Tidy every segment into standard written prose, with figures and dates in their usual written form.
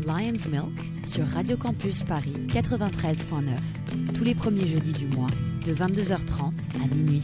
Lion's Milk sur Radio Campus Paris 93.9, tous les premiers jeudis du mois, de 22h30 à minuit.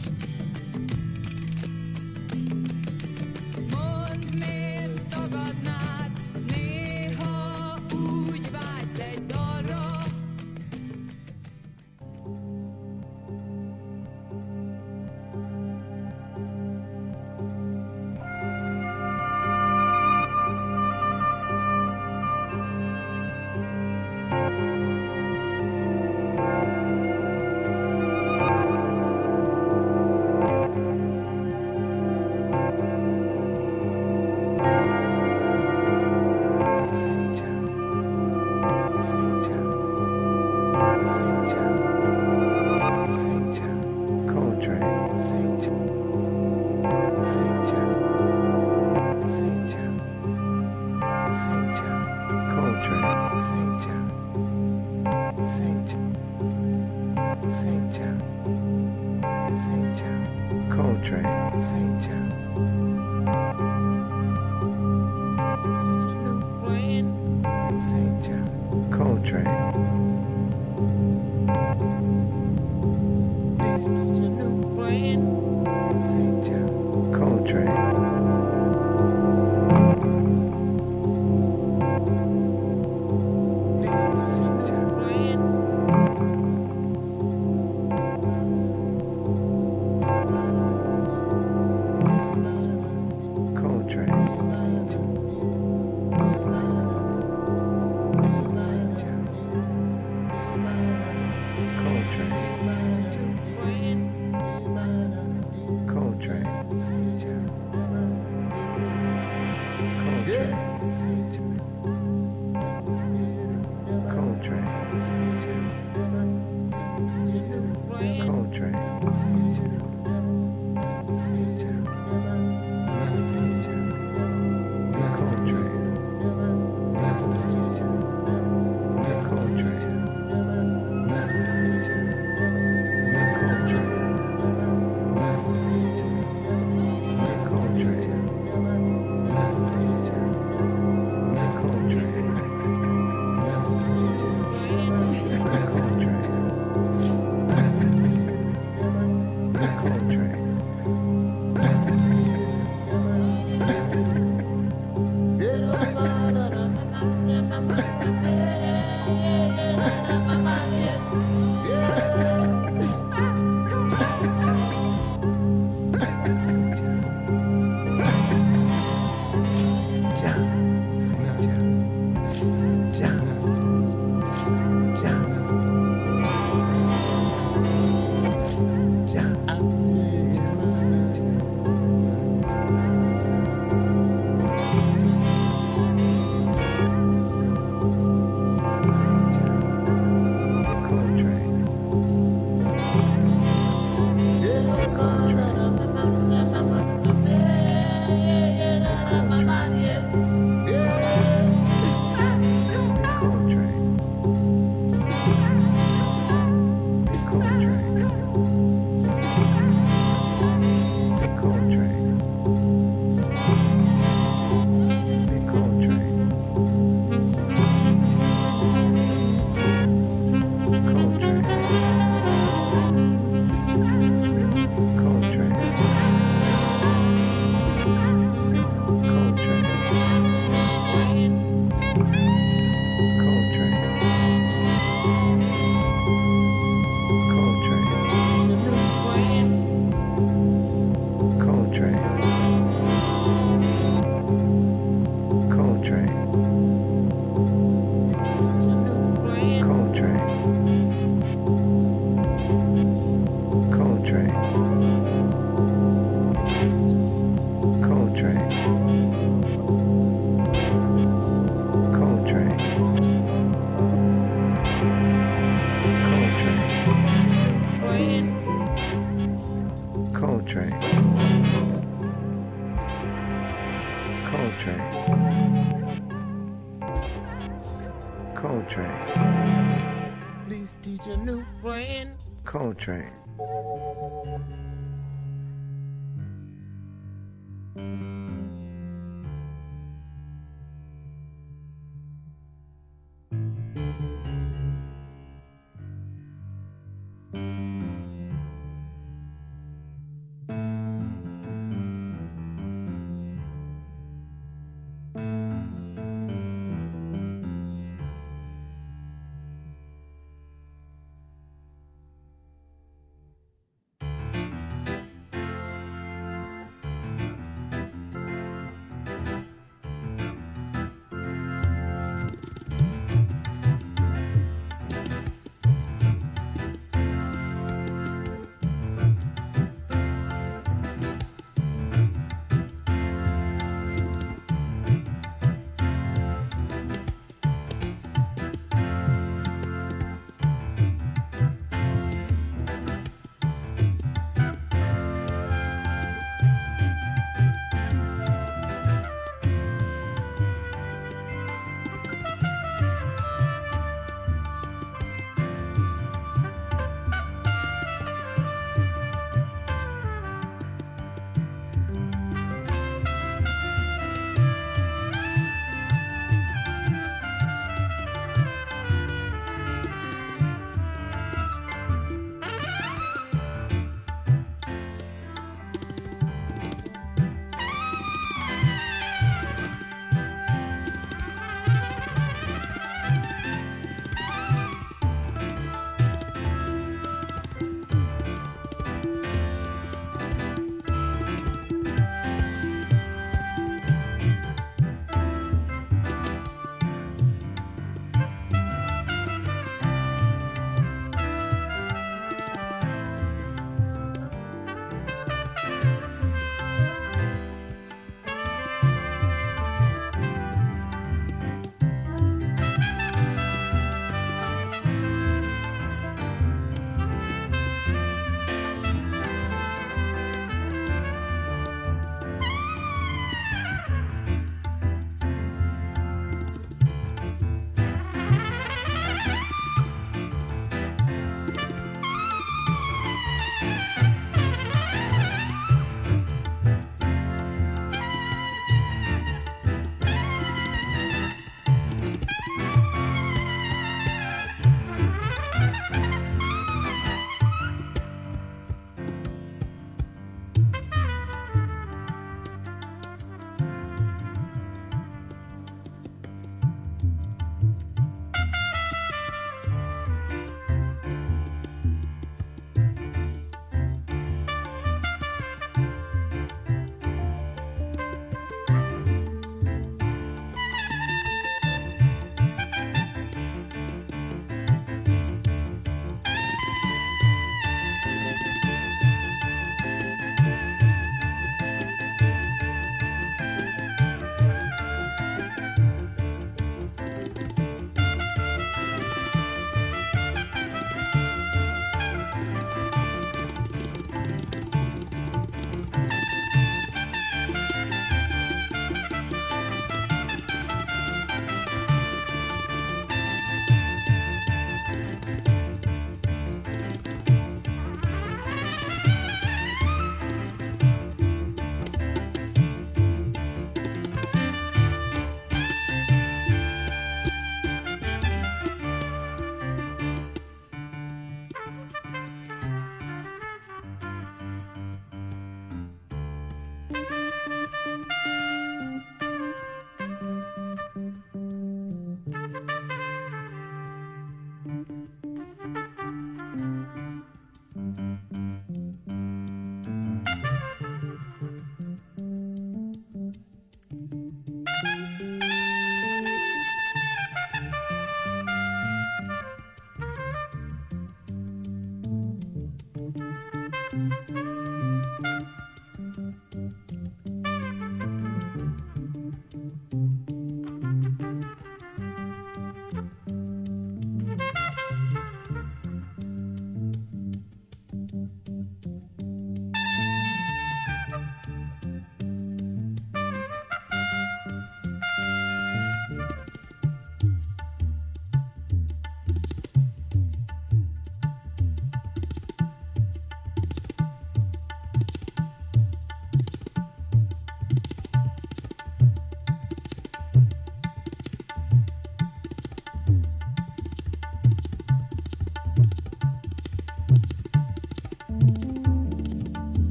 Please teach a new friend. Coltrane.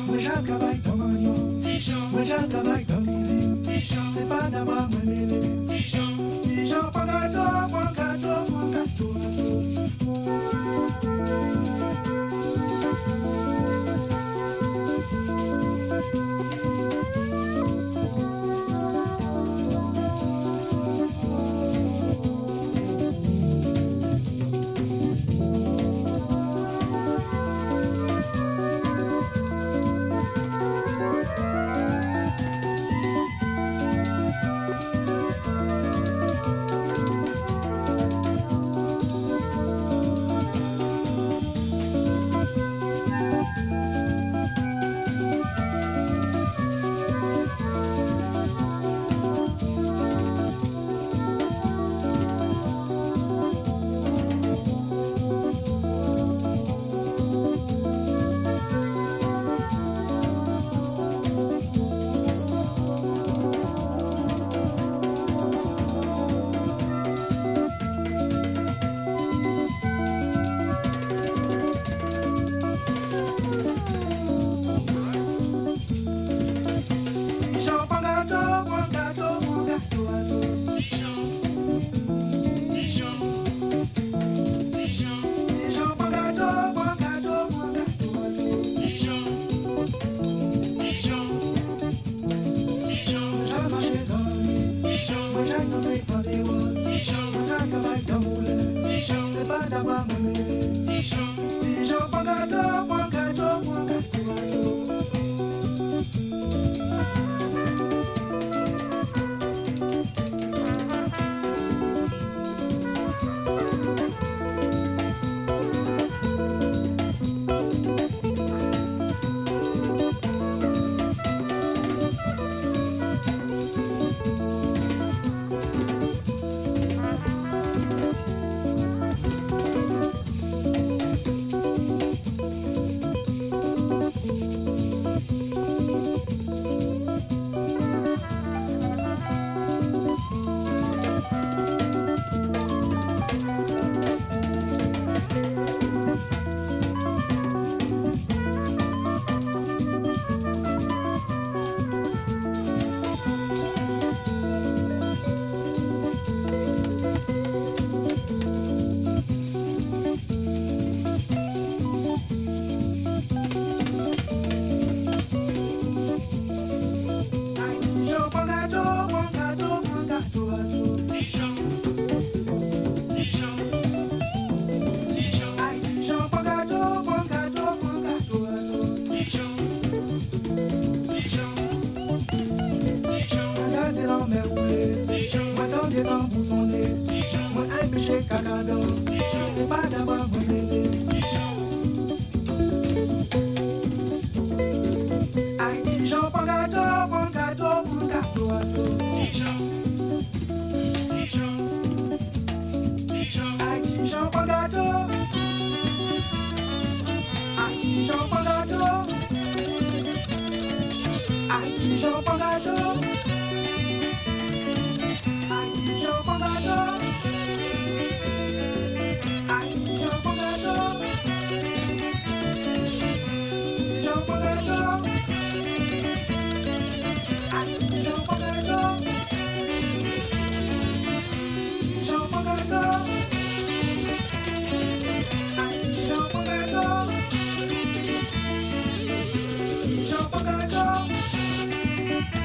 Moi j'ai travaillé dans Magnon, moi j'ai travaillé dans l'usine. C'est pas d'avoir mené. Dijon, pas gâteau, mon gâteau, mon gâteau. C'est pas d'avoir mené. Aïe, Dijon, mon gâteau, mon gâteau, mon gâteau. Dijon, aïe, Dijon, mon gâteau. Aïe, Dijon, mon gâteau. Aïe, Dijon, mon gâteau. Aïe, Dijon, mon gâteau. Jean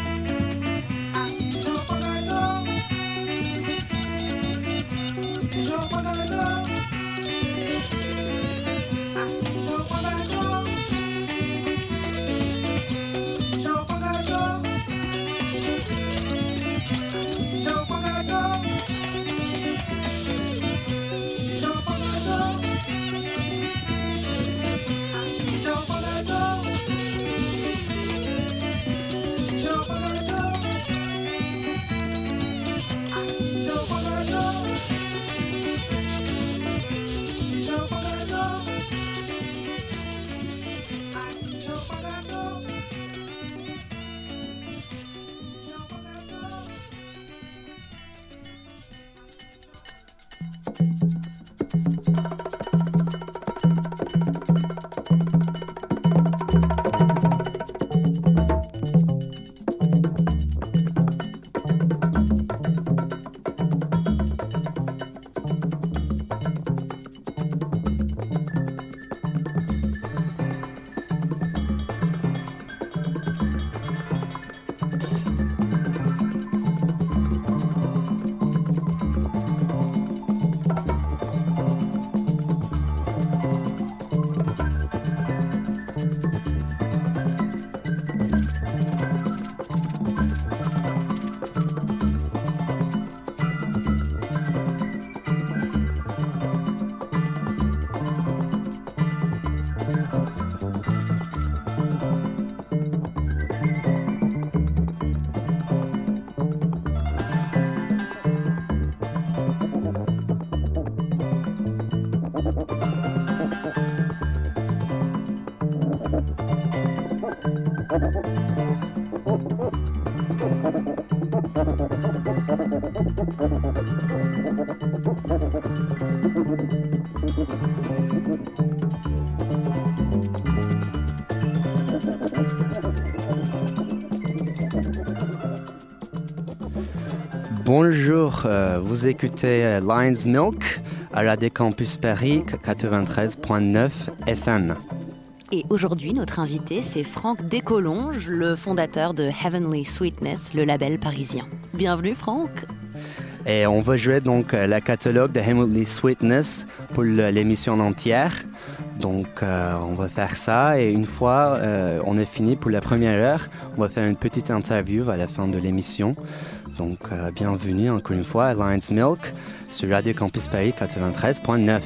Bonjour, vous écoutez Lion's Milk à Radio Campus Paris 93.9 FM. Et aujourd'hui, notre invité, c'est Franck Descolonges, le fondateur de Heavenly Sweetness, le label parisien. Bienvenue Franck. Et on va jouer donc le catalogue de Heavenly Sweetness pour l'émission entière. Donc on va faire ça et une fois on est fini pour la première heure, on va faire une petite interview à la fin de l'émission. Donc bienvenue encore une fois à Lion's Milk sur Radio Campus Paris 93.9.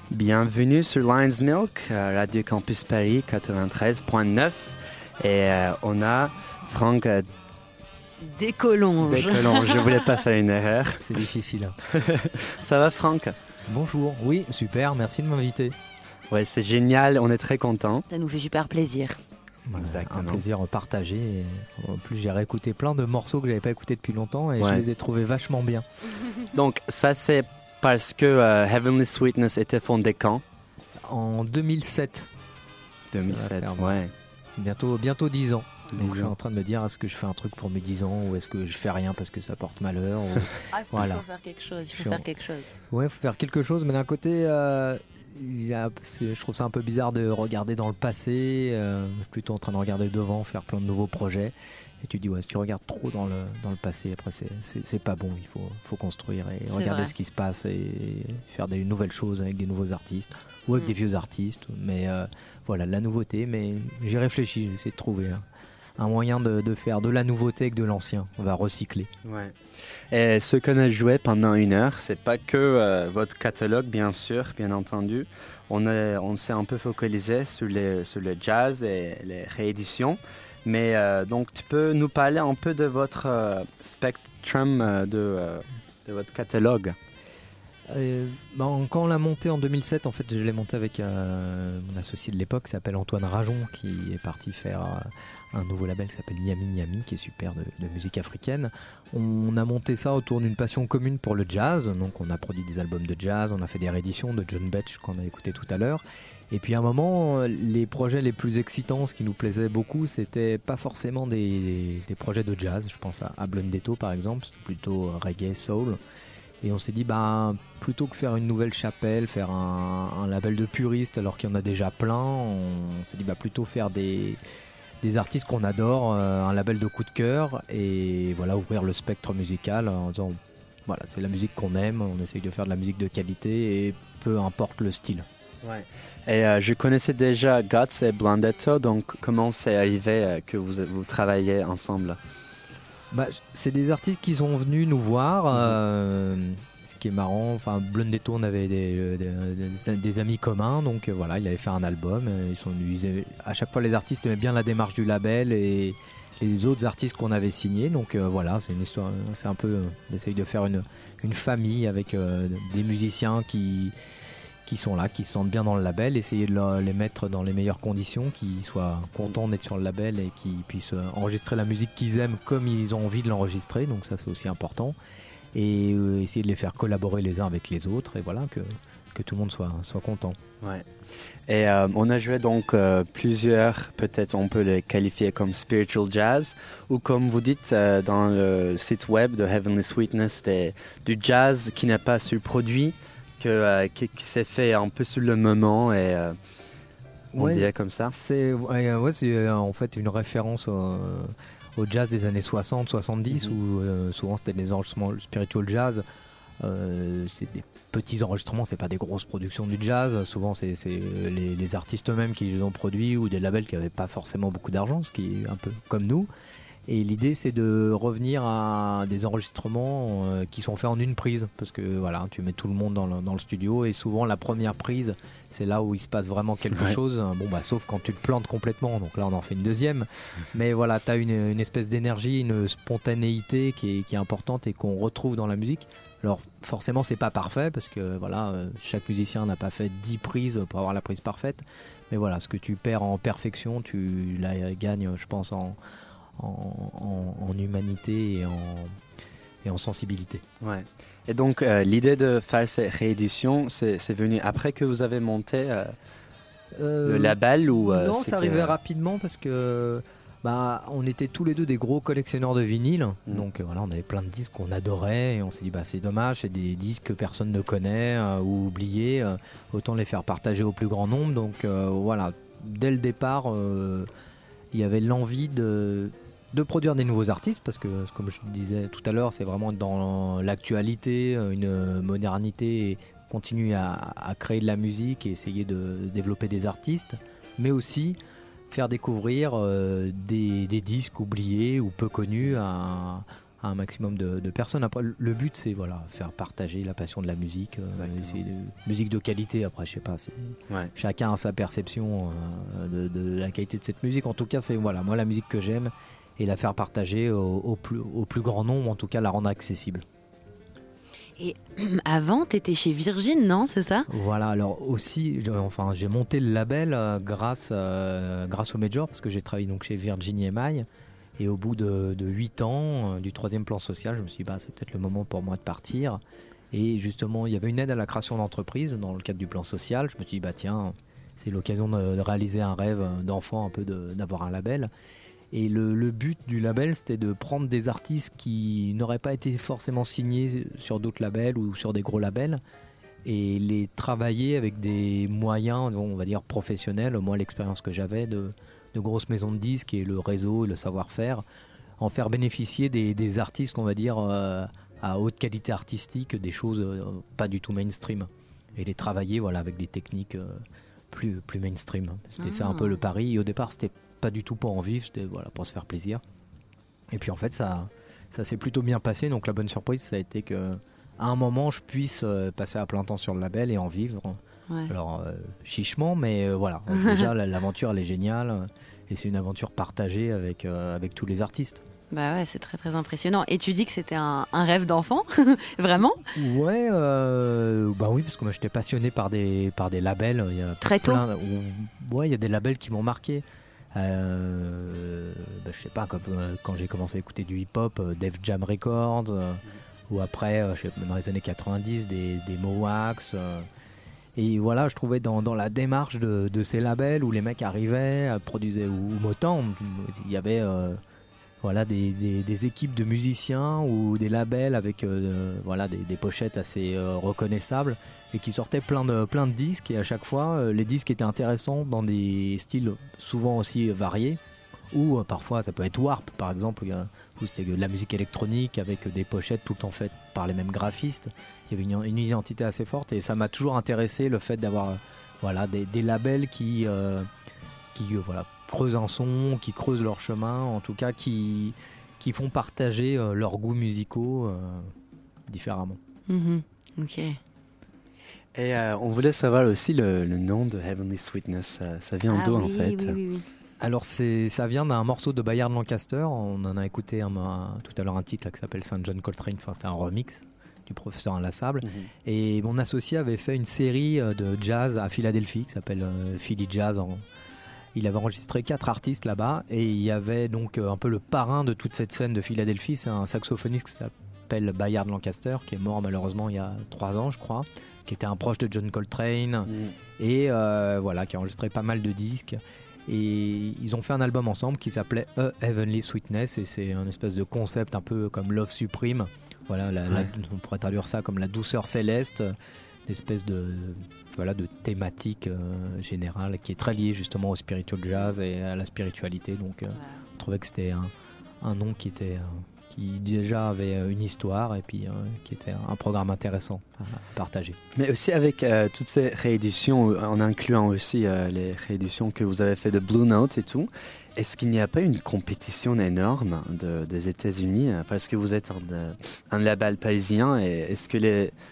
Bienvenue sur Lion's Milk, Radio Campus Paris 93.9. Et on a Franck Décolonge. Je voulais pas faire une erreur. C'est difficile. Ça va Franck? Bonjour, oui, super, merci de m'inviter. Ouais, c'est génial, on est très contents. Ça nous fait super plaisir. Exactement. Un plaisir partagé. Et en plus, j'ai réécouté plein de morceaux que j'avais pas écoutés depuis longtemps et Ouais. je les ai trouvés vachement bien. Donc ça c'est parce que Heavenly Sweetness était fondé quand? En 2007, 2007, faire, ouais. bientôt 10 ans. Donc 10 je suis ans. en train de me dire, est-ce que je fais un truc pour mes 10 ans ou est-ce que je fais rien parce que ça porte malheur ou... Ah si, Voilà. il faut faire quelque chose, il faut Chiant. faire quelque chose. Ouais, faut faire quelque chose, mais d'un côté, je trouve ça un peu bizarre de regarder dans le passé, plutôt en train de regarder devant, faire plein de nouveaux projets. Et tu dis, ouais, si tu regardes trop dans le passé, après, c'est pas bon, il faut construire et C'est regarder vrai. ce qui se passe et faire des nouvelles choses avec des nouveaux artistes ou avec des vieux artistes. Mais voilà, la nouveauté, mais j'ai réfléchi, j'ai essayé de trouver un moyen de faire de la nouveauté avec de l'ancien. On va recycler. Ouais. Et ce qu'on a joué pendant 1 heure, c'est pas que votre catalogue, bien sûr, bien entendu. On s'est un peu focalisé sur le jazz et les rééditions. Mais donc, tu peux nous parler un peu de votre spectrum de votre catalogue. Quand on l'a monté en 2007, en fait, je l'ai monté avec mon associé de l'époque, qui s'appelle Antoine Rajon, qui est parti faire un nouveau label qui s'appelle Niami Niami, qui est super de musique africaine. On a monté ça autour d'une passion commune pour le jazz. Donc, on a produit des albums de jazz, on a fait des rééditions de John Betch qu'on a écouté tout à l'heure. Et puis à un moment, les projets les plus excitants, ce qui nous plaisait beaucoup, c'était pas forcément des projets de jazz. Je pense à Blundetto par exemple, c'est plutôt reggae, soul. Et on s'est dit, plutôt que faire une nouvelle chapelle, faire un label de puristes alors qu'il y en a déjà plein, on s'est dit plutôt faire des artistes qu'on adore, un label de coup de cœur et voilà, ouvrir le spectre musical en disant, voilà, c'est la musique qu'on aime, on essaye de faire de la musique de qualité et peu importe le style. Ouais. Et je connaissais déjà Guts et Blundetto, donc comment c'est arrivé que vous travaillez ensemble? C'est des artistes qui sont venus nous voir, ce qui est marrant. Enfin, Blundetto, on avait des amis communs, donc voilà, il avait fait un album. À chaque fois, les artistes aimaient bien la démarche du label et les autres artistes qu'on avait signés. Donc voilà, c'est une histoire. C'est un peu d'essayer de faire une famille avec des musiciens qui sont là, qui se sentent bien dans le label, essayer de les mettre dans les meilleures conditions, qu'ils soient contents d'être sur le label et qu'ils puissent enregistrer la musique qu'ils aiment comme ils ont envie de l'enregistrer, donc ça c'est aussi important, et essayer de les faire collaborer les uns avec les autres, et voilà, que tout le monde soit content. Ouais. Et on a joué donc plusieurs, peut-être on peut les qualifier comme spiritual jazz, ou comme vous dites dans le site web de Heavenly Sweetness, du jazz qui n'est pas surproduit, qui s'est fait un peu sur le moment et on dirait comme ça. C'est en fait une référence au jazz des années 60-70 où souvent c'était des enregistrements spiritual jazz. C'est des petits enregistrements, c'est pas des grosses productions du jazz. Souvent c'est les artistes eux-mêmes qui les ont produits ou des labels qui n'avaient pas forcément beaucoup d'argent, ce qui est un peu comme nous. Et l'idée c'est de revenir à des enregistrements qui sont faits en une prise, parce que voilà, tu mets tout le monde dans le studio et souvent la première prise c'est là où il se passe vraiment quelque chose, sauf quand tu te plantes complètement, donc là on en fait une deuxième, mais voilà, tu as une espèce d'énergie, une spontanéité qui est importante et qu'on retrouve dans la musique. Alors forcément c'est pas parfait parce que voilà, chaque musicien n'a pas fait 10 prises pour avoir la prise parfaite, mais voilà, ce que tu perds en perfection tu la gagnes, je pense, en humanité et en sensibilité. Ouais. Et donc l'idée de faire ces rééditions, c'est venu après que vous avez monté le label ou non, ça arrivait rapidement parce que on était tous les deux des gros collectionneurs de vinyles, donc voilà, on avait plein de disques qu'on adorait et on s'est dit c'est dommage, c'est des disques que personne ne connaît ou oubliés, autant les faire partager au plus grand nombre. Donc voilà, dès le départ il y avait l'envie de produire des nouveaux artistes parce que, comme je disais tout à l'heure, c'est vraiment dans l'actualité, une modernité, et continuer à créer de la musique et essayer de développer des artistes, mais aussi faire découvrir des disques oubliés ou peu connus à à un maximum de personnes. Après, le but, c'est faire partager la passion de la musique. C'est musique de qualité. Après, je sais pas. Chacun a sa perception de la qualité de cette musique. En tout cas, c'est moi la musique que j'aime et la faire partager au plus grand nombre. En tout cas, la rendre accessible. Et avant, tu étais chez Virgin, non? C'est ça? Voilà, alors aussi, j'ai monté le label grâce au Major, parce que j'ai travaillé donc chez Virgin EMI. Et au bout de 8 ans, du 3e plan social, je me suis dit, c'est peut-être le moment pour moi de partir. Et justement, il y avait une aide à la création d'entreprise dans le cadre du plan social. Je me suis dit, tiens, c'est l'occasion de réaliser un rêve d'enfant, un peu d'avoir un label. Et le but du label, c'était de prendre des artistes qui n'auraient pas été forcément signés sur d'autres labels ou sur des gros labels et les travailler avec des moyens, on va dire, professionnels. Moi, l'expérience que j'avais de grosses maisons de disques et le réseau et le savoir-faire, en faire bénéficier des artistes, on va dire, à haute qualité artistique, des choses pas du tout mainstream. Et les travailler avec des techniques plus mainstream. C'était ça un peu le pari. Et au départ, c'était pas du tout pour en vivre, c'était pour se faire plaisir. Et puis en fait ça s'est plutôt bien passé, donc la bonne surprise ça a été que à un moment je puisse passer à plein temps sur le label et en vivre. Alors chichement, mais déjà l'aventure elle est géniale et c'est une aventure partagée avec tous les artistes. Bah ouais, c'est très très impressionnant. Et tu dis que c'était un rêve d'enfant, vraiment? Ouais, oui, parce que moi j'étais passionné par des labels. Il y a très tôt. Il y a des labels qui m'ont marqué. Je sais pas, comme quand j'ai commencé à écouter du hip-hop, Def Jam Records, ou après, dans les années 90, des Mowax. Et je trouvais dans la démarche de ces labels où les mecs arrivaient, produisaient, ou Motown, il y avait des équipes de musiciens ou des labels avec des pochettes assez reconnaissables et qui sortaient plein de disques, et à chaque fois les disques étaient intéressants dans des styles souvent aussi variés, ou parfois ça peut être Warp par exemple, où c'était de la musique électronique avec des pochettes tout le temps faites par les mêmes graphistes. Il y avait une identité assez forte et ça m'a toujours intéressé, le fait d'avoir des labels qui creusent un son, qui creusent leur chemin, en tout cas qui font partager leurs goûts musicaux différemment. Ok. Et on voulait savoir aussi le nom de Heavenly Sweetness, ça vient d'où en fait? Oui. Alors ça vient d'un morceau de Bayard Lancaster, on en a écouté tout à l'heure un titre là, qui s'appelle St. John Coltrane, c'était un remix du professeur Inlassable. Et mon associé avait fait une série de jazz à Philadelphie qui s'appelle Philly Jazz. Il avait enregistré 4 artistes là-bas et il y avait donc un peu le parrain de toute cette scène de Philadelphie, c'est un saxophoniste qui s'appelle Bayard Lancaster, qui est mort malheureusement il y a 3 ans je crois, qui était un proche de John Coltrane et qui a enregistré pas mal de disques. Et ils ont fait un album ensemble qui s'appelait A Heavenly Sweetness, et c'est un espèce de concept un peu comme Love Supreme. On pourrait traduire ça comme la douceur céleste, une espèce de thématique générale qui est très liée justement au spiritual jazz et à la spiritualité. Donc on trouvait que c'était un nom qui déjà avait une histoire et puis qui était un programme intéressant à partager. Mais aussi avec toutes ces rééditions, en incluant aussi les rééditions que vous avez fait de Blue Note et tout, est-ce qu'il n'y a pas une compétition énorme des États-Unis, parce que vous êtes un label parisien, et est-ce que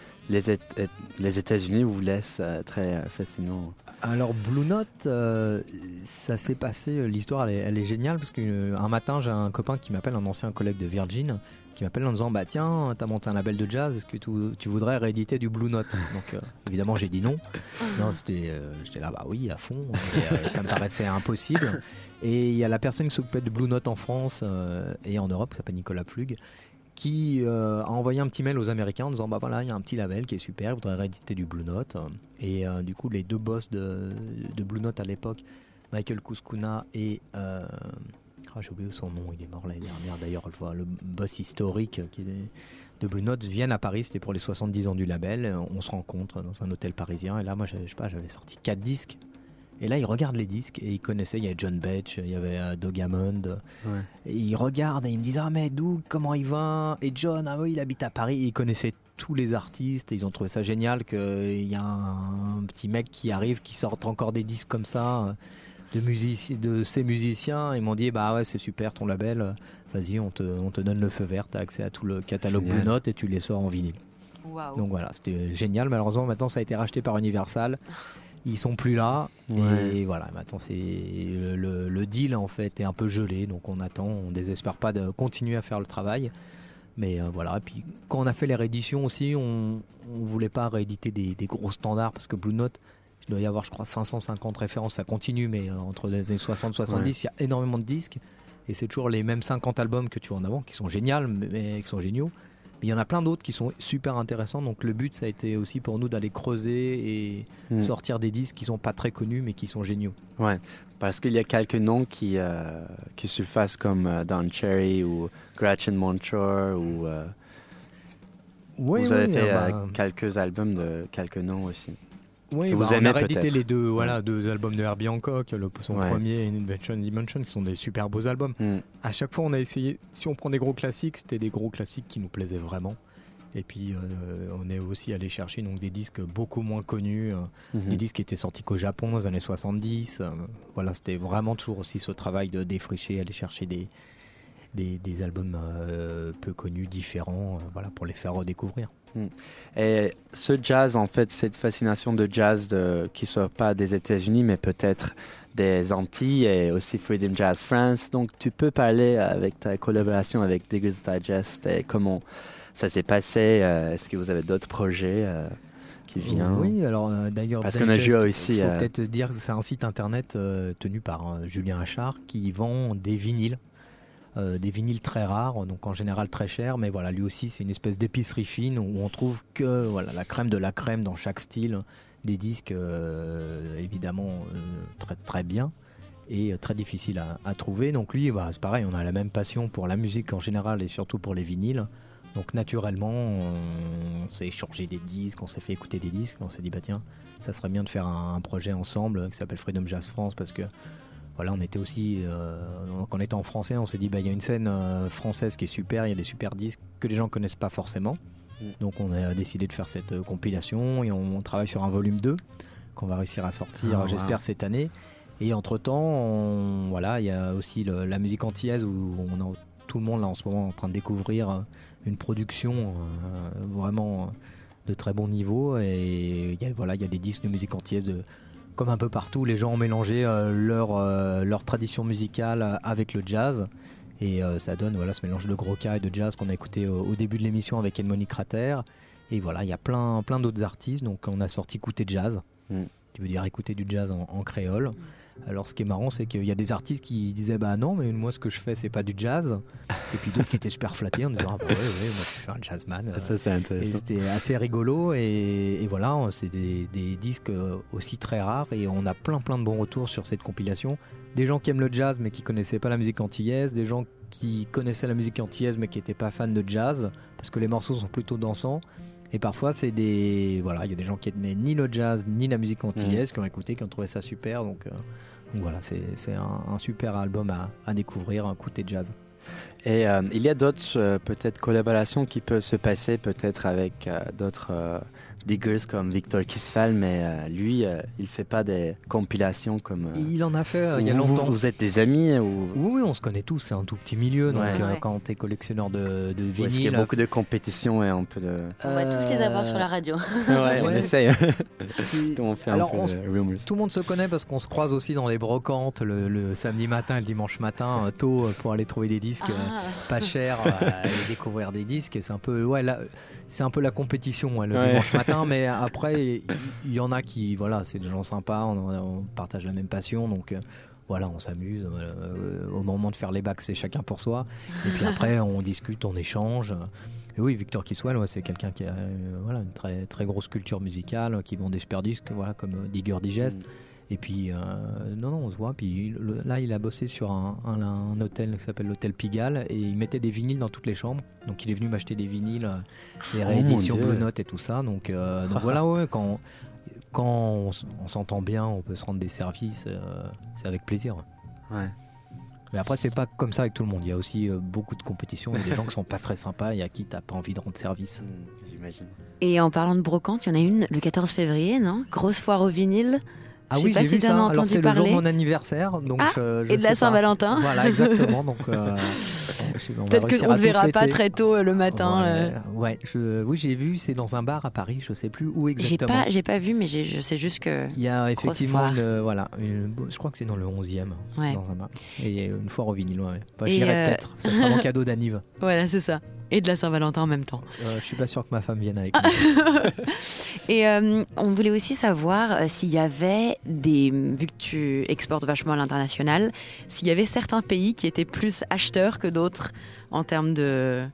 les États-Unis vous laissent très facilement? Alors Blue Note, ça s'est passé, l'histoire elle est géniale, parce qu'un matin j'ai un copain qui m'appelle, un ancien collègue de Virgin, qui m'appelle en disant tiens, t'as monté un label de jazz, est-ce que tu voudrais rééditer du Blue Note? Donc évidemment j'ai dit non. J'étais là oui à fond, et, ça me paraissait impossible. Et il y a la personne qui s'occupait de Blue Note en France et en Europe, qui s'appelle Nicolas Plug, qui a envoyé un petit mail aux Américains en disant il y a un petit label qui est super, il voudrait rééditer du Blue Note. Et du coup les 2 boss de Blue Note à l'époque, Michael Kuskuna et j'ai oublié son nom, il est mort l'année dernière d'ailleurs, le boss historique de Blue Note, viennent à Paris, c'était pour les 70 ans du label. On se rencontre dans un hôtel parisien, et là moi j'avais sorti 4 disques. Et là, il regarde les disques et il connaissait, il y avait John Betch, il y avait Doug Hammond. Et il regarde et il me dit mais Doug, comment il va? Et John, il habite à Paris. Et il connaissait tous les artistes et ils ont trouvé ça génial qu'il y a un petit mec qui arrive, qui sort encore des disques comme ça, de ces musiciens. Ils m'ont dit bah ouais, c'est super ton label, vas-y, on te donne le feu vert, t'as accès à tout le catalogue Blue Note et tu les sors en vinyle. Waouh. Donc voilà, c'était génial. Malheureusement, maintenant ça a été racheté par Universal. Ils sont plus là et voilà, maintenant c'est le deal en fait est un peu gelé, donc on attend, on désespère pas de continuer à faire le travail. Mais voilà, et puis quand on a fait les rééditions aussi, on voulait pas rééditer des gros standards parce que Blue Note, il doit y avoir je crois 550 références, ça continue, mais entre les années 60-70, il y a énormément de disques et c'est toujours les mêmes 50 albums que tu vois en avant qui sont géniaux, mais qui sont géniaux. Mais il y en a plein d'autres qui sont super intéressants, donc le but ça a été aussi pour nous d'aller creuser et sortir des disques qui sont pas très connus mais qui sont géniaux. Ouais, parce qu'il y a quelques noms qui surfacent comme Don Cherry ou Gretchen Montour ou vous avez fait quelques albums de quelques noms aussi. Oui, vous aimez on a réédité peut-être. les deux albums de Herbie Hancock, son premier et Invention Dimension, qui sont des super beaux albums. À chaque fois, on a essayé, si on prend des gros classiques, c'était des gros classiques qui nous plaisaient vraiment. Et puis, on est aussi allé chercher donc, des disques beaucoup moins connus, des disques qui étaient sortis qu'au Japon dans les années 70. Voilà, c'était vraiment toujours aussi ce travail de défricher, aller chercher des albums peu connus, différents, voilà, pour les faire redécouvrir. Et ce jazz, en fait, cette fascination de jazz qui ne soit pas des États-Unis, mais peut-être des Antilles et aussi Freedom Jazz France. Donc, tu peux parler avec ta collaboration avec Digger's Digest et comment ça s'est passé. Est-ce que vous avez d'autres projets qui viennent? Oui, alors d'ailleurs, parce qu'on a joué aussi. Il faut peut-être dire que c'est un site internet tenu par Julien Achard qui vend des vinyles. Des vinyles très rares, donc en général très chers, mais voilà, lui aussi c'est une espèce d'épicerie fine où on trouve que voilà, la crème de la crème dans chaque style, des disques évidemment très, très bien et très difficiles à trouver. Donc lui, c'est pareil, on a la même passion pour la musique en général et surtout pour les vinyles. Donc naturellement, on s'est échangé des disques, on s'est fait écouter des disques, on s'est dit tiens, ça serait bien de faire un projet ensemble qui s'appelle Freedom Jazz France parce que voilà, on était aussi, quand on était en français, on s'est dit il y a une scène française qui est super, il y a des super disques que les gens connaissent pas forcément. Donc on a décidé de faire cette compilation et on travaille sur un volume 2 qu'on va réussir à sortir, j'espère, cette année. Et entre-temps, voilà, il y a aussi la musique antillaise où tout le monde là en ce moment en train de découvrir une production vraiment de très bon niveau. Et il y a des disques de musique antillaise comme un peu partout, les gens ont mélangé leur tradition musicale avec le jazz et ça donne ce mélange de gros cas et de jazz qu'on a écouté au début de l'émission avec Edmoni Crater. Et voilà, il y a plein d'autres artistes, donc on a sorti Écouter Jazz, qui veut dire écouter du jazz en créole. Alors ce qui est marrant, c'est qu'il y a des artistes qui disaient non, mais moi ce que je fais c'est pas du jazz, et puis d'autres qui étaient super flattés en disant ouais, moi je suis un jazzman. Ça c'est intéressant. Et c'était assez rigolo et voilà, c'est des disques aussi très rares et on a plein de bons retours sur cette compilation. Des gens qui aiment le jazz mais qui connaissaient pas la musique antillaise, des gens qui connaissaient la musique antillaise mais qui étaient pas fans de jazz parce que les morceaux sont plutôt dansants. Et parfois, il y a des gens qui n'aimaient ni le jazz ni la musique antillaise, qui ont écouté, qui ont trouvé ça super. Donc voilà, c'est un super album à découvrir, un côté jazz. Et il y a d'autres peut-être collaborations qui peuvent se passer peut-être avec d'autres diggers comme Victor Kisfall, mais lui, il fait pas des compilations comme... il en a fait il y a longtemps. Vous êtes des amis ou... Oui, on se connaît tous, c'est un tout petit milieu, donc quand tu es collectionneur de vinyle... Est-ce qu'il y a beaucoup de compétition et un peu de... On va tous les avoir sur la radio. On essaye. On fait un peu de rumors. Tout le monde se connaît parce qu'on se croise aussi dans les brocantes le samedi matin et le dimanche matin, tôt, pour aller trouver des disques pas chers et découvrir des disques. C'est un peu, c'est un peu la compétition le dimanche matin, mais après il y en a qui, c'est des gens sympas, on partage la même passion, donc on s'amuse. Au moment de faire les bacs, c'est chacun pour soi, et puis après on discute, on échange. Et oui, Victor Kiswell, c'est quelqu'un qui a une très, très grosse culture musicale, qui vend des super disques, comme Digger Digest. Et puis, on se voit. Puis là, il a bossé sur un hôtel qui s'appelle l'hôtel Pigalle, et il mettait des vinyles dans toutes les chambres. Donc, il est venu m'acheter des vinyles, des rééditions Blue Note et tout ça. Donc voilà, quand on s'entend bien, on peut se rendre des services. C'est avec plaisir. Ouais. Mais après, c'est pas comme ça avec tout le monde. Il y a aussi beaucoup de compétition. Il y a des gens qui sont pas très sympas et à qui t'as pas envie de rendre service. J'imagine. Et en parlant de brocante, il y en a une le 14 février, non ? Grosse foire au vinyle. Ah Je oui, sais pas j'ai si vu t'en ça. as Alors entendu c'est le jour parler. de mon anniversaire, donc Ah, je et de la sais pas. Saint-Valentin. Voilà, exactement. Donc on va Peut-être réussir qu'on à ne te tout verra pas fêter. très tôt le matin. Ouais, oui, j'ai vu. C'est dans un bar à Paris. Je sais plus où exactement. J'ai pas vu, mais je sais juste que. Il y a effectivement foire. je crois que c'est dans le 11e. Ouais. Dans un bar. Et une foire au vinyle. Ouais. Bah, Et, j'irai peut-être. Ça sera mon cadeau d'anniv. Voilà, c'est ça. Et de la Saint-Valentin en même temps. Je suis pas sûr que ma femme vienne avec moi. Et on voulait aussi savoir s'il y avait vu que tu exportes vachement à l'international, s'il y avait certains pays qui étaient plus acheteurs que d'autres en termes de.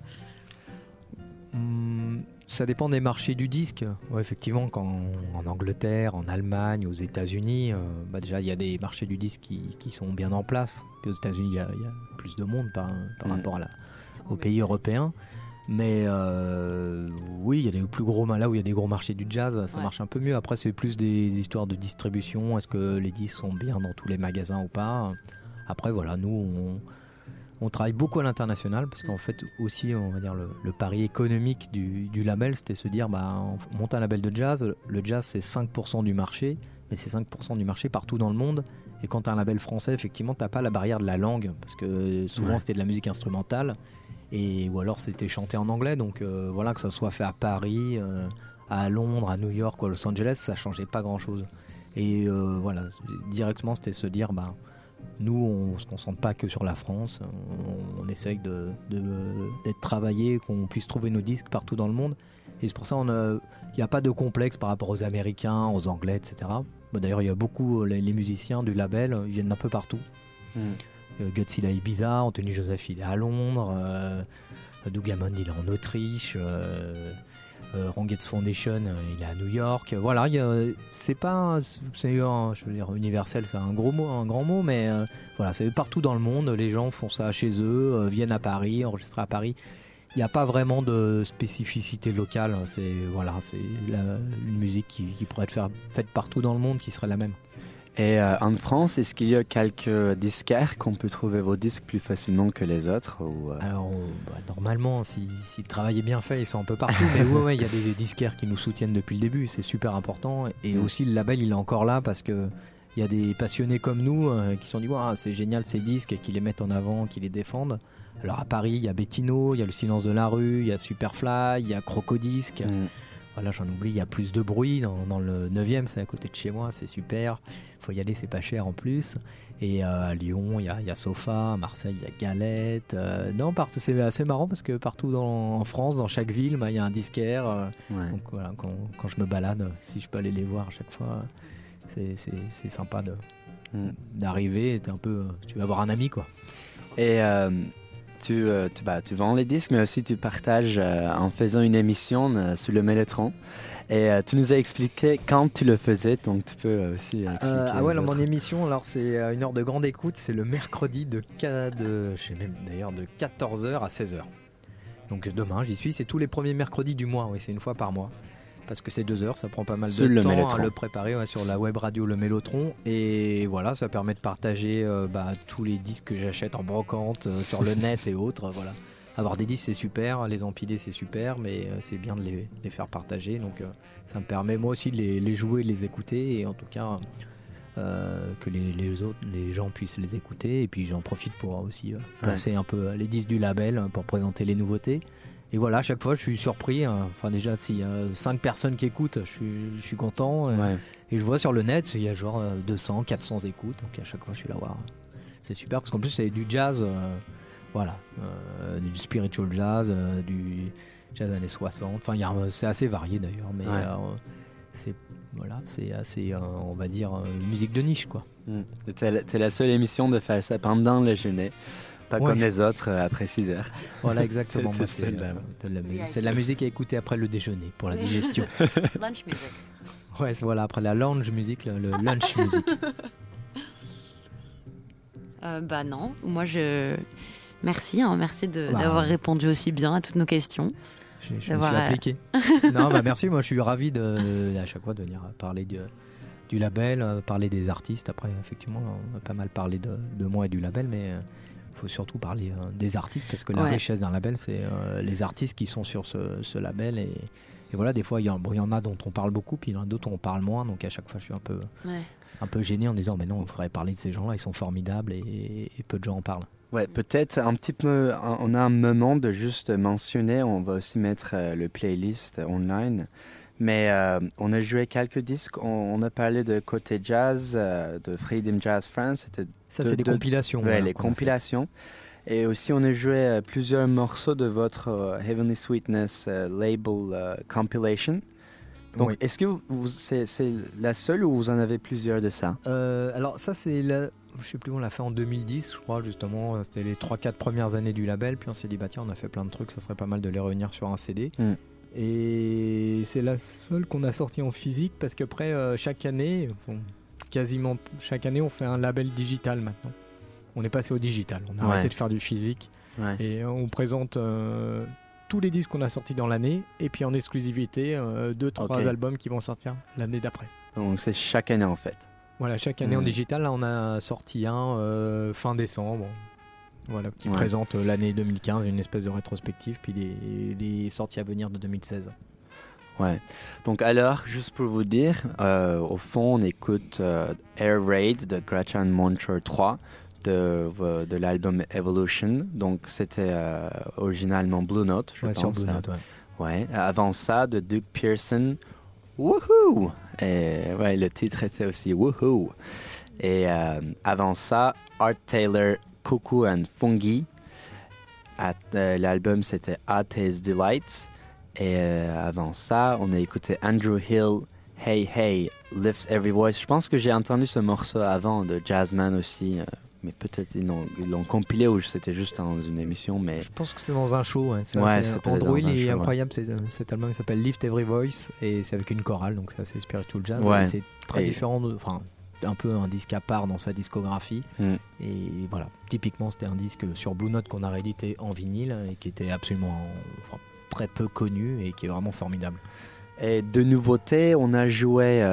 Ça dépend des marchés du disque. Ouais, effectivement, en Angleterre, en Allemagne, aux États-Unis, déjà il y a des marchés du disque qui sont bien en place. Puis aux États-Unis, il y a plus de monde par rapport aux pays européens. Mais oui, il y a des plus gros là où il y a des gros marchés du jazz, ça marche un peu mieux. Après, c'est plus des histoires de distribution. Est-ce que les disques sont bien dans tous les magasins ou pas? Après, voilà, nous on travaille beaucoup à l'international parce qu'en fait aussi, on va dire le pari économique du label, c'était se dire on monte un label de jazz. Le jazz, c'est 5% du marché, mais c'est 5% du marché partout dans le monde. Et quand tu as un label français, effectivement, tu n'as pas la barrière de la langue parce que souvent c'était de la musique instrumentale. Ou alors c'était chanté en anglais, donc voilà, que ça soit fait à Paris, à Londres, à New York ou à Los Angeles, ça changeait pas grand chose. Et voilà, directement c'était se dire, nous on se concentre pas que sur la France, on essaye d'être travaillé, qu'on puisse trouver nos disques partout dans le monde. Et c'est pour ça il n'y a pas de complexe par rapport aux Américains, aux Anglais, etc. D'ailleurs il y a beaucoup, les musiciens du label, ils viennent d'un peu partout. Guts il est à Ibiza, Anthony Joseph il est à Londres, Doug Hammond il est en Autriche, Ron Getz Foundation il est à New York. Voilà, je veux dire universel, c'est un grand mot, mais voilà, c'est partout dans le monde. Les gens font ça chez eux, viennent à Paris, enregistrent à Paris. Il n'y a pas vraiment de spécificité locale. C'est une musique qui pourrait être faite partout dans le monde, qui serait la même. Et en France, est-ce qu'il y a quelques disquaires qu'on peut trouver vos disques plus facilement que les autres Alors, normalement, si le travail est bien fait, ils sont un peu partout. Mais ouais, il y a des disquaires qui nous soutiennent depuis le début. C'est super important. Et aussi, le label, il est encore là parce que il y a des passionnés comme nous qui se sont dit c'est génial ces disques, et qui les mettent en avant, qui les défendent. Alors à Paris, il y a Bettino, il y a Le Silence de la Rue, il y a Superfly, il y a Crocodisque. Voilà, j'en oublie, il y a Plus de bruit dans le 9e, c'est à côté de chez moi, c'est super. Il faut y aller, c'est pas cher en plus. Et à Lyon, il y a Sofa, à Marseille, il y a Galette. C'est assez marrant parce que partout en France, dans chaque ville, il y a un disquaire. Donc voilà, quand je me balade, si je peux aller les voir à chaque fois, c'est sympa d'arriver. Tu vas voir un ami, quoi. Et tu vends les disques, mais aussi tu partages en faisant une émission sur le Mellotron. Et tu nous as expliqué quand tu le faisais, donc tu peux aussi expliquer. Mon émission, alors c'est une heure de grande écoute, c'est le mercredi de 14h à 16h. Donc demain, j'y suis, c'est tous les premiers mercredis du mois, c'est une fois par mois. Parce que c'est 2 heures, ça prend pas mal de temps Mellotron. À le préparer sur la web radio Le Mellotron. Et voilà, ça permet de partager tous les disques que j'achète en brocante, sur le net et autres. Voilà. Avoir des disques c'est super, les empiler c'est super, mais c'est bien de les faire partager. Donc ça me permet moi aussi de les jouer, de les écouter, et en tout cas que les gens puissent les écouter. Et puis j'en profite pour aussi passer un peu les disques du label pour présenter les nouveautés. Et voilà, à chaque fois, je suis surpris. Enfin, déjà, s'il y a 5 personnes qui écoutent, je suis content. Et je vois sur le net, il y a genre 200, 400 écoutes. Donc à chaque fois, je suis là, wow. C'est super, parce qu'en plus, c'est du jazz, du spiritual jazz, du jazz années 60. Enfin, c'est assez varié d'ailleurs, mais c'est assez, on va dire, musique de niche, quoi. T'es la seule émission de faire ça pendant le déjeuner. Pas comme les autres après 6 heures. Voilà, exactement. C'est de la musique à écouter après le déjeuner, pour la digestion. Lunch music. Ouais, voilà, après la lounge music, le lunch music. Non, moi merci d'avoir répondu aussi bien à toutes nos questions. Je me suis appliqué. Non, merci, moi je suis ravi à chaque fois de venir parler du label, parler des artistes. Après, effectivement, on a pas mal parlé de moi et du label, mais il faut surtout parler des artistes, parce que la richesse d'un label, c'est les artistes qui sont sur ce label, voilà, des fois, il y en a dont on parle beaucoup, puis il y en a d'autres dont on parle moins. Donc à chaque fois, je suis un peu gêné en disant, mais non, il faudrait parler de ces gens-là, ils sont formidables et peu de gens en parlent. Ouais, peut-être un petit peu, on a un moment de juste mentionner, on va aussi mettre le playlist online, mais on a joué quelques disques, on a parlé de côté jazz, de Freedom Jazz France. Ça, c'est des compilations. Ouais, voilà, les compilations. Et aussi, on a joué plusieurs morceaux de votre Heavenly Sweetness label compilation. Donc, Oui. est-ce que c'est la seule ou vous en avez plusieurs de ça? Alors ça, c'est je sais plus, on l'a fait en 2010, je crois, justement. C'était les 3-4 premières années du label. Puis on s'est dit, bah tiens, on a fait plein de trucs, ça serait pas mal de les réunir sur un CD. Et c'est la seule qu'on a sortie en physique parce qu'après, chaque année, quasiment chaque année, on fait un label digital maintenant. On est passé au digital, on a arrêté de faire du physique. Ouais. Et on présente tous les disques qu'on a sortis dans l'année et puis en exclusivité 2-3 albums qui vont sortir l'année d'après. Donc c'est chaque année en fait. Voilà, chaque année en digital. Là, on a sorti un fin décembre, voilà, qui présente l'année 2015, une espèce de rétrospective, puis les sorties à venir de 2016. Ouais. Donc alors, juste pour vous dire, au fond, on écoute Air Raid de Gretchen Moncher 3 de l'album Evolution. Donc c'était originalement Blue Note, je pense. Sur Blue Note, ouais. Avant ça, de Duke Pearson, Woohoo! Et ouais, le titre était aussi Woohoo! Et avant ça, Art Taylor, Cuckoo and Fungi. L'album c'était At His Delight. Et avant ça, on a écouté Andrew Hill, Hey Hey, Lift Every Voice. Je pense que j'ai entendu ce morceau avant de Jazzman aussi. Mais peut-être ils l'ont compilé ou c'était juste dans une émission. Mais je pense que c'est dans un show. Hein. C'est Andrew Hill est show, incroyable. Cet album s'appelle Lift Every Voice et c'est avec une chorale, donc c'est assez spiritual jazz. Ouais. C'est très différent, un peu un disque à part dans sa discographie. Et voilà, typiquement c'était un disque sur Blue Note qu'on a réédité en vinyle et qui était absolument très peu connu et qui est vraiment formidable. Et de nouveautés, on a joué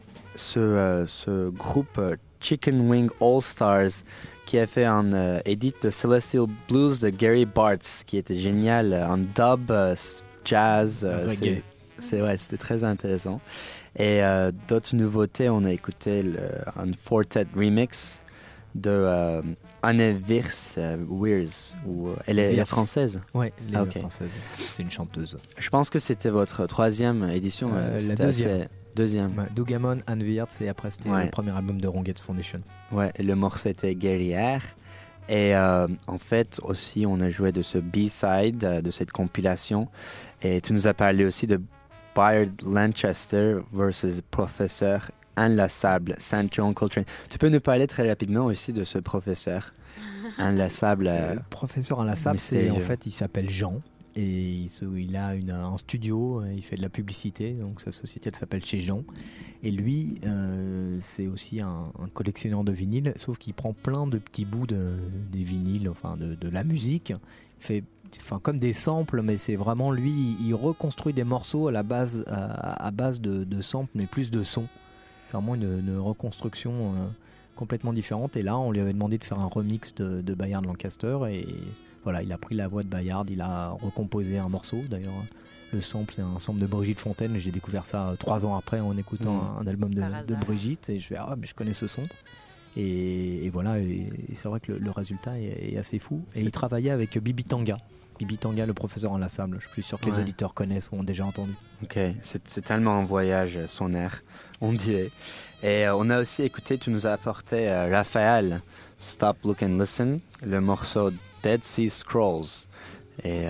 ce groupe Chicken Wing All Stars qui a fait un edit de Celestial Blues de Gary Bartz qui était génial, un dub jazz. C'était très intéressant. Et d'autres nouveautés, on a écouté un Fortet remix de Anne Weirs. Elle est française. Oui, elle est française. C'est une chanteuse. Je pense que c'était votre troisième édition. La deuxième. Deuxième. Ouais, Dougamon, Anne Weirs, et après c'était le premier album de Ronget's Foundation. Ouais, et le morceau était Guerrière. Et en fait, aussi, on a joué de ce B-side, de cette compilation. Et tu nous as parlé aussi de Bayard Lancaster versus Professeur Inlassable, Saint-John Coltrane. Tu peux nous parler très rapidement aussi de ce professeur Inlassable? Le professeur Inlassable, en fait, il s'appelle Jean. Et il a un studio, il fait de la publicité, donc sa société elle s'appelle Chez Jean. Et lui, c'est aussi un collectionneur de vinyles, sauf qu'il prend plein de petits bouts des vinyles, de la musique. Il fait comme des samples, mais c'est vraiment lui, il reconstruit des morceaux à base de samples, mais plus de sons. C'est vraiment une reconstruction complètement différente. Et là, on lui avait demandé de faire un remix de Bayard Lancaster et voilà, il a pris la voix de Bayard, il a recomposé un morceau. D'ailleurs, le sample, c'est un sample de Brigitte Fontaine. J'ai découvert ça 3 ans après en écoutant un album de Brigitte. Et je fais, mais je connais ce son. Et voilà, et c'est vrai que le résultat est assez fou. Et il travaillait avec Bibi Tanga. Bibi Tanga, le professeur Inlassable. Je suis plus sûr que les auditeurs connaissent ou ont déjà entendu. Ok, c'est tellement un voyage, son air, on dirait. Et on a aussi écouté, tu nous as apporté Raphaël, Stop, Look and Listen, le morceau Dead Sea Scrolls. Et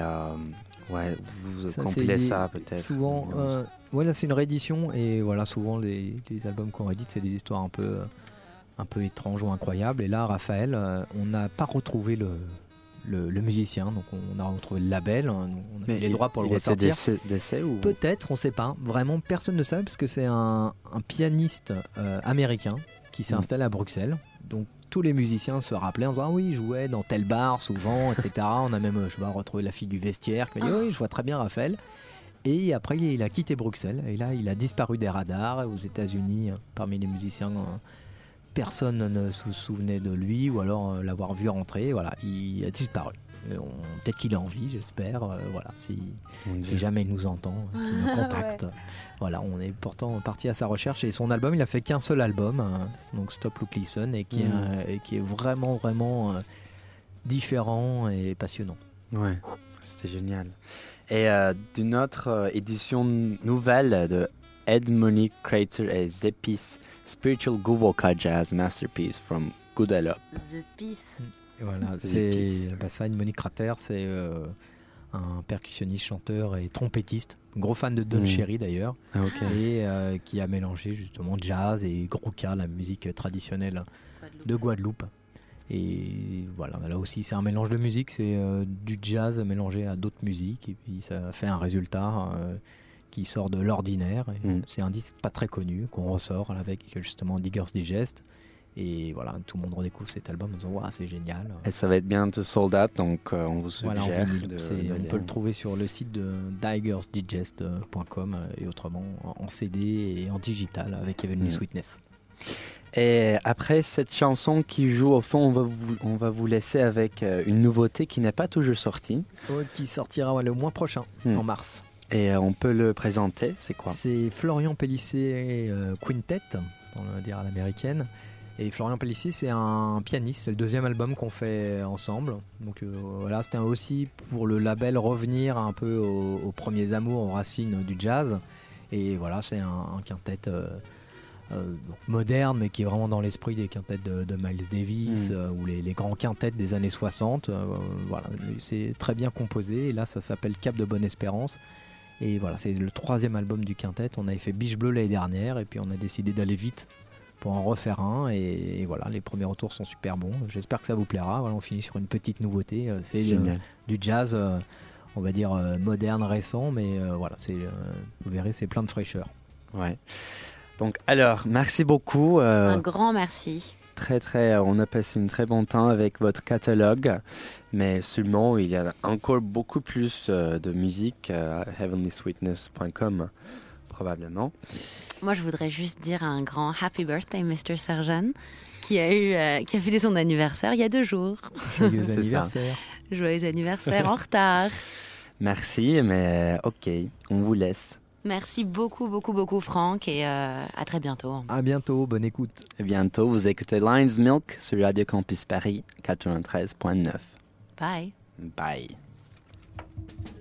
vous compilez ça peut-être. Souvent, là c'est une réédition et voilà, souvent les albums qu'on réédite, c'est des histoires un peu étranges ou incroyables. Et là, Raphaël, on n'a pas retrouvé le musicien, donc on a retrouvé le label, on a eu les droits pour le ressortir. Décès ou... Peut-être, on ne sait pas. Vraiment, personne ne sait parce que c'est un pianiste américain qui s'est installé à Bruxelles. Donc tous les musiciens se rappelaient en disant oui, il jouait dans tel bar souvent, etc. On a même, retrouvé la fille du vestiaire qui m'a dit oui, je vois très bien Raphaël. Et après, il a quitté Bruxelles et là, il a disparu des radars aux États-Unis parmi les musiciens personne ne se souvenait de lui ou alors l'avoir vu rentrer. Voilà, il a disparu. Peut-être qu'il est en vie, j'espère. Voilà, si jamais il nous entend, qu'il nous contacte. Ouais. Voilà, on est pourtant parti à sa recherche et son album, il a fait qu'un seul album, donc Stop Look Listen, et qui est vraiment différent et passionnant. Ouais, c'était génial. Et d'une autre édition nouvelle de Ed Money Crater et The Peace, Spiritual Guvoka Jazz Masterpiece from Guadeloupe. The Peace. Et voilà, c'est ça, Ed Money Crater, c'est un percussionniste, chanteur et trompettiste, gros fan de Don Cherry d'ailleurs, et qui a mélangé justement jazz et grouka, la musique traditionnelle de Guadeloupe. Et voilà, là aussi c'est un mélange de musique, c'est du jazz mélangé à d'autres musiques, et puis ça fait un résultat qui sort de l'ordinaire. C'est un disque pas très connu qu'on ressort avec justement Digger's Digest. Et voilà, tout le monde redécouvre cet album en disant wow, c'est génial. Et ça va être bientôt sold out, donc on vous suggère. Voilà, on peut le trouver sur le site de diggersdigest.com et autrement en CD et en digital avec Heavenly Sweetness. Et après cette chanson qui joue au fond, on va vous laisser avec une nouveauté qui n'est pas toujours sortie. Qui sortira le mois prochain, en mars. Et on peut le présenter, c'est quoi? C'est Florian Pellissé Quintet, on va dire à l'américaine. Et Florian Pellissé, c'est un pianiste, c'est le deuxième album qu'on fait ensemble. Donc voilà, c'était aussi pour le label revenir un peu aux premiers amours, aux racines du jazz. Et voilà, c'est un quintet moderne, mais qui est vraiment dans l'esprit des quintets de Miles Davis ou les grands quintets des années 60. Voilà, c'est très bien composé. Et là, ça s'appelle Cap de Bonne-Espérance. Et voilà, c'est le troisième album du quintet. On avait fait Biche Bleue l'année dernière, et puis on a décidé d'aller vite pour en refaire un, et voilà, les premiers retours sont super bons. J'espère que ça vous plaira. Voilà, on finit sur une petite nouveauté. C'est du jazz, on va dire moderne, récent, mais voilà, vous verrez, c'est plein de fraîcheur. Ouais. Donc alors, merci beaucoup. Un grand merci. On a passé un très bon temps avec votre catalogue, mais seulement il y a encore beaucoup plus de musique à heavenlysweetness.com probablement. Moi, je voudrais juste dire un grand happy birthday, Mr. Serjan, qui a fêté son anniversaire il y a 2 jours. Joyeux anniversaire. Joyeux anniversaire en retard. Merci, mais ok, on vous laisse. Merci beaucoup, beaucoup, beaucoup, Franck, et à très bientôt. À bientôt, bonne écoute. À bientôt, vous écoutez Lion's Milk sur Radio Campus Paris 93.9. Bye. Bye.